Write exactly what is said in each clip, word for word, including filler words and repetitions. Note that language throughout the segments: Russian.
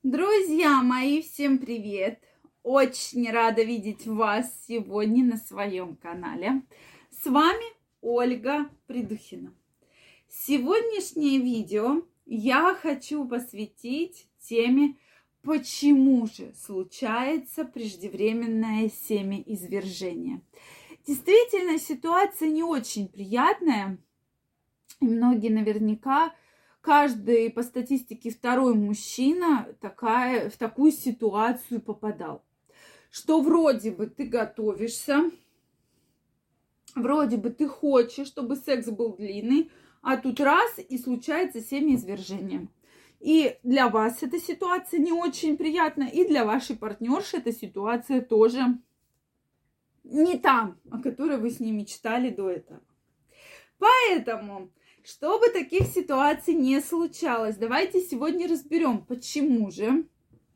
Друзья мои, всем привет! Очень рада видеть вас сегодня на своем канале. С вами Ольга Придухина. Сегодняшнее видео я хочу посвятить теме, почему же случается преждевременное семяизвержение. Действительно, ситуация не очень приятная, и многие наверняка каждый, по статистике, второй мужчина такая, в такую ситуацию попадал. Что вроде бы ты готовишься, вроде бы ты хочешь, чтобы секс был длинный, а тут раз и случается семяизвержение. И для вас эта ситуация не очень приятна, и для вашей партнерши эта ситуация тоже не та, о которой вы с ней мечтали до этого. Поэтому, чтобы таких ситуаций не случалось, давайте сегодня разберем, почему же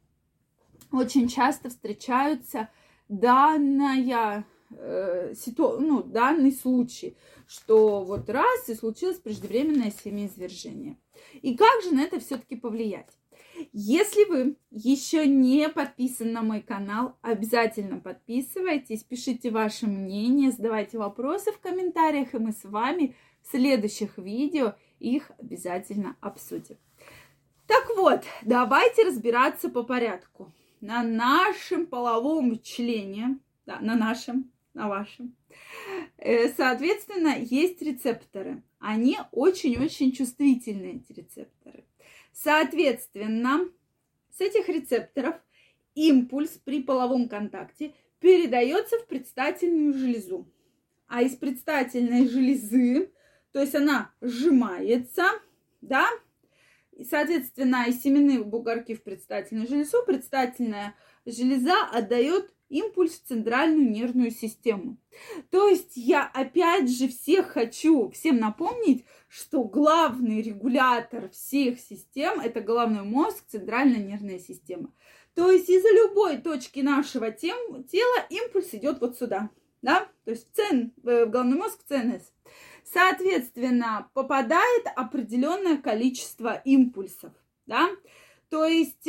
очень часто встречаются данная, э, ситу... ну, данный случай, что вот раз и случилось преждевременное семяизвержение. И как же на это все-таки повлиять? Если вы еще не подписаны на мой канал, обязательно подписывайтесь, пишите ваше мнение, задавайте вопросы в комментариях, и мы с вами в следующих видео их обязательно обсудим. Так вот, давайте разбираться по порядку. На нашем половом члене, да, на нашем, на вашем, соответственно, есть рецепторы. Они очень-очень чувствительные, эти рецепторы. Соответственно, с этих рецепторов импульс при половом контакте передается в предстательную железу. А из предстательной железы, то есть она сжимается, да, и, соответственно, из семенных бугорки в предстательную железу, предстательная железа отдает импульс в центральную нервную систему. То есть я опять же всех хочу всем напомнить, что главный регулятор всех систем – это головной мозг, центральная нервная система. То есть из любой точки нашего тела импульс идет вот сюда, да, то есть в, цен, в головной мозг, в ЦНС. Соответственно, попадает определенное количество импульсов, да, то есть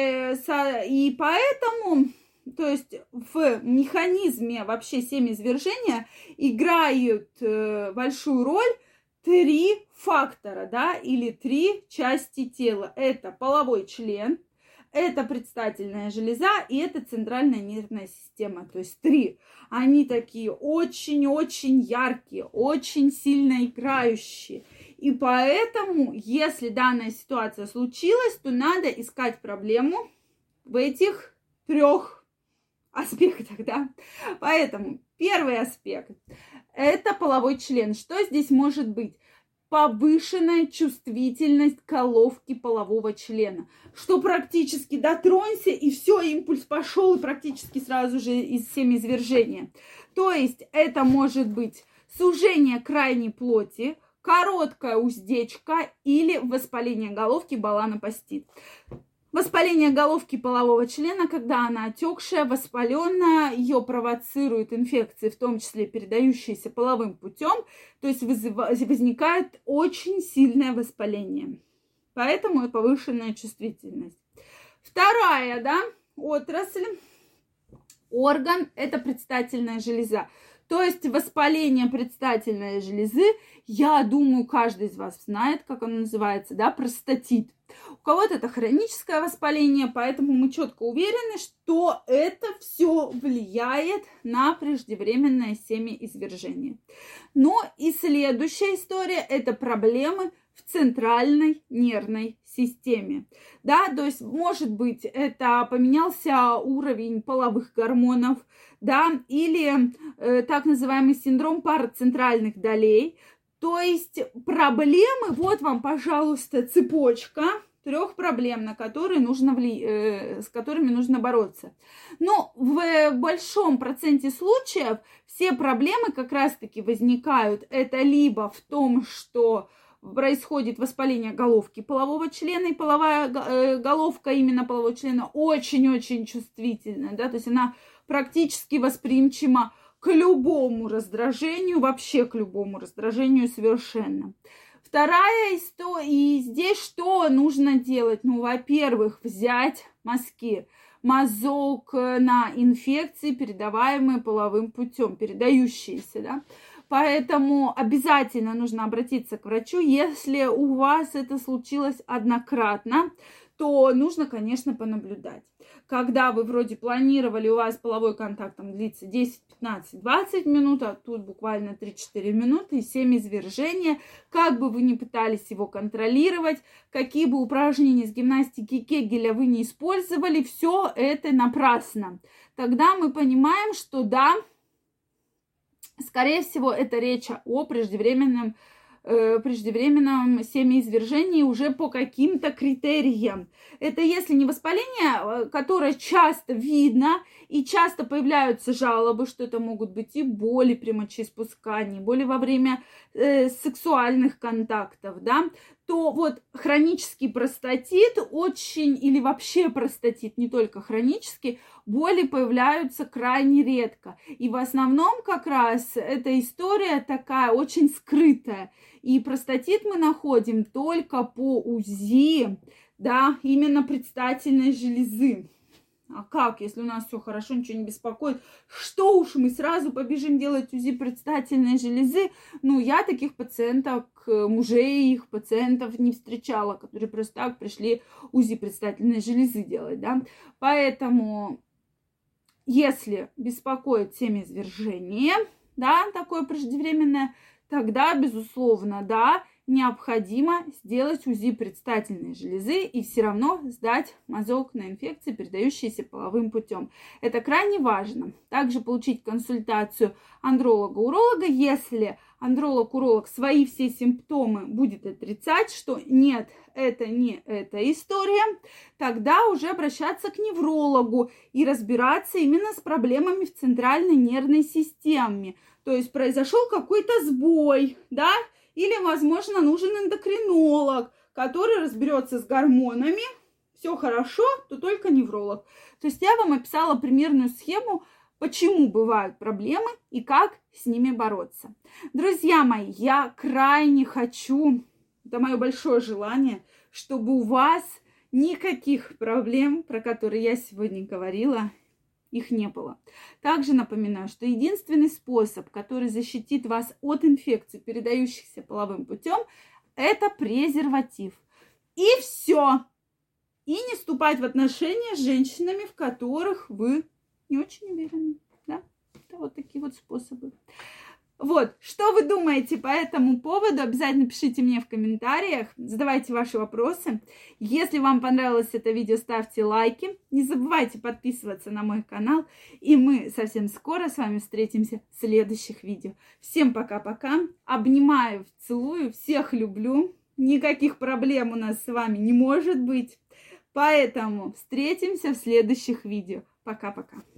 и поэтому... То есть в механизме вообще семяизвержения играют э, большую роль три фактора, да, или три части тела. Это половой член, это предстательная железа и это центральная нервная система. То есть три. Они такие очень-очень яркие, очень сильно играющие. И поэтому, если данная ситуация случилась, то надо искать проблему в этих трех аспектах, да. Поэтому первый аспект – это половой член. Что здесь может быть? Повышенная чувствительность головки полового члена, что практически дотронься, и все, импульс пошел, и практически сразу же из семяизвержения. То есть это может быть сужение крайней плоти, короткая уздечка или воспаление головки, баланопостит. Воспаление головки полового члена, когда она отекшая, воспаленная, ее провоцируют инфекции, в том числе передающиеся половым путем, то есть возникает очень сильное воспаление. Поэтому и повышенная чувствительность. Вторая, да, отрасль, орган – это предстательная железа. То есть воспаление предстательной железы, я думаю, каждый из вас знает, как оно называется, да, простатит. У кого-то это хроническое воспаление, поэтому мы четко уверены, что это все влияет на преждевременное семяизвержение. Но и следующая история – это проблемы в центральной нервной системе. Да, то есть, может быть, это поменялся уровень половых гормонов, да, или э, так называемый синдром парацентральных долей. То есть проблемы, вот вам, пожалуйста, цепочка трех проблем, на которые нужно вли... э, с которыми нужно бороться. Но в большом проценте случаев все проблемы как раз-таки возникают. Это либо в том, что происходит воспаление головки полового члена, и половая э, головка именно полового члена очень-очень чувствительная, да, то есть она практически восприимчима к любому раздражению, вообще к любому раздражению совершенно. Вторая история, и здесь что нужно делать? Ну, во-первых, взять мазки. Мазок на инфекции, передаваемые половым путем, передающиеся, да. Поэтому обязательно нужно обратиться к врачу. Если у вас это случилось однократно, то нужно, конечно, понаблюдать. Когда вы вроде планировали, у вас половой контакт там длится десять, пятнадцать, двадцать минут, а тут буквально три-четыре минуты и семяизвержения. Как бы вы ни пытались его контролировать, какие бы упражнения с гимнастики Кегеля вы не использовали, все это напрасно. Тогда мы понимаем, что да, скорее всего, это речь о преждевременном преждевременном семяизвержении уже по каким-то критериям. Это если не воспаление, которое часто видно, и часто появляются жалобы, что это могут быть и боли при мочеиспускании, боли во время э, сексуальных контактов, да, то вот хронический простатит очень, или вообще простатит, не только хронический, боли появляются крайне редко. И в основном как раз эта история такая очень скрытая. И простатит мы находим только по УЗИ, да, именно предстательной железы. А как, если у нас все хорошо, ничего не беспокоит? Что уж мы сразу побежим делать УЗИ предстательной железы? Ну, я таких пациенток, мужей их пациентов не встречала, которые просто так пришли УЗИ предстательной железы делать, да. Поэтому, если беспокоит семяизвержение, да, такое преждевременное, тогда, безусловно, да, необходимо сделать УЗИ предстательной железы и все равно сдать мазок на инфекции, передающиеся половым путем. Это крайне важно. Также получить консультацию андролога-уролога, если андролог-уролог свои все симптомы будет отрицать, что нет, это не эта история, тогда уже обращаться к неврологу и разбираться именно с проблемами в центральной нервной системе. То есть произошел какой-то сбой, да, или, возможно, нужен эндокринолог, который разберется с гормонами. Все хорошо, то только невролог. То есть я вам описала примерную схему, почему бывают проблемы и как с ними бороться. Друзья мои, я крайне хочу, это мое большое желание, чтобы у вас никаких проблем, про которые я сегодня говорила, их не было. Также напоминаю, что единственный способ, который защитит вас от инфекций, передающихся половым путем, это презерватив. И все. И не вступать в отношения с женщинами, в которых вы не очень уверены. Да? Это вот такие вот способы. Вот, что вы думаете по этому поводу? Обязательно пишите мне в комментариях, задавайте ваши вопросы. Если вам понравилось это видео, ставьте лайки. Не забывайте подписываться на мой канал. И мы совсем скоро с вами встретимся в следующих видео. Всем пока-пока. Обнимаю, целую, всех люблю. Никаких проблем у нас с вами не может быть. Поэтому встретимся в следующих видео. Пока-пока.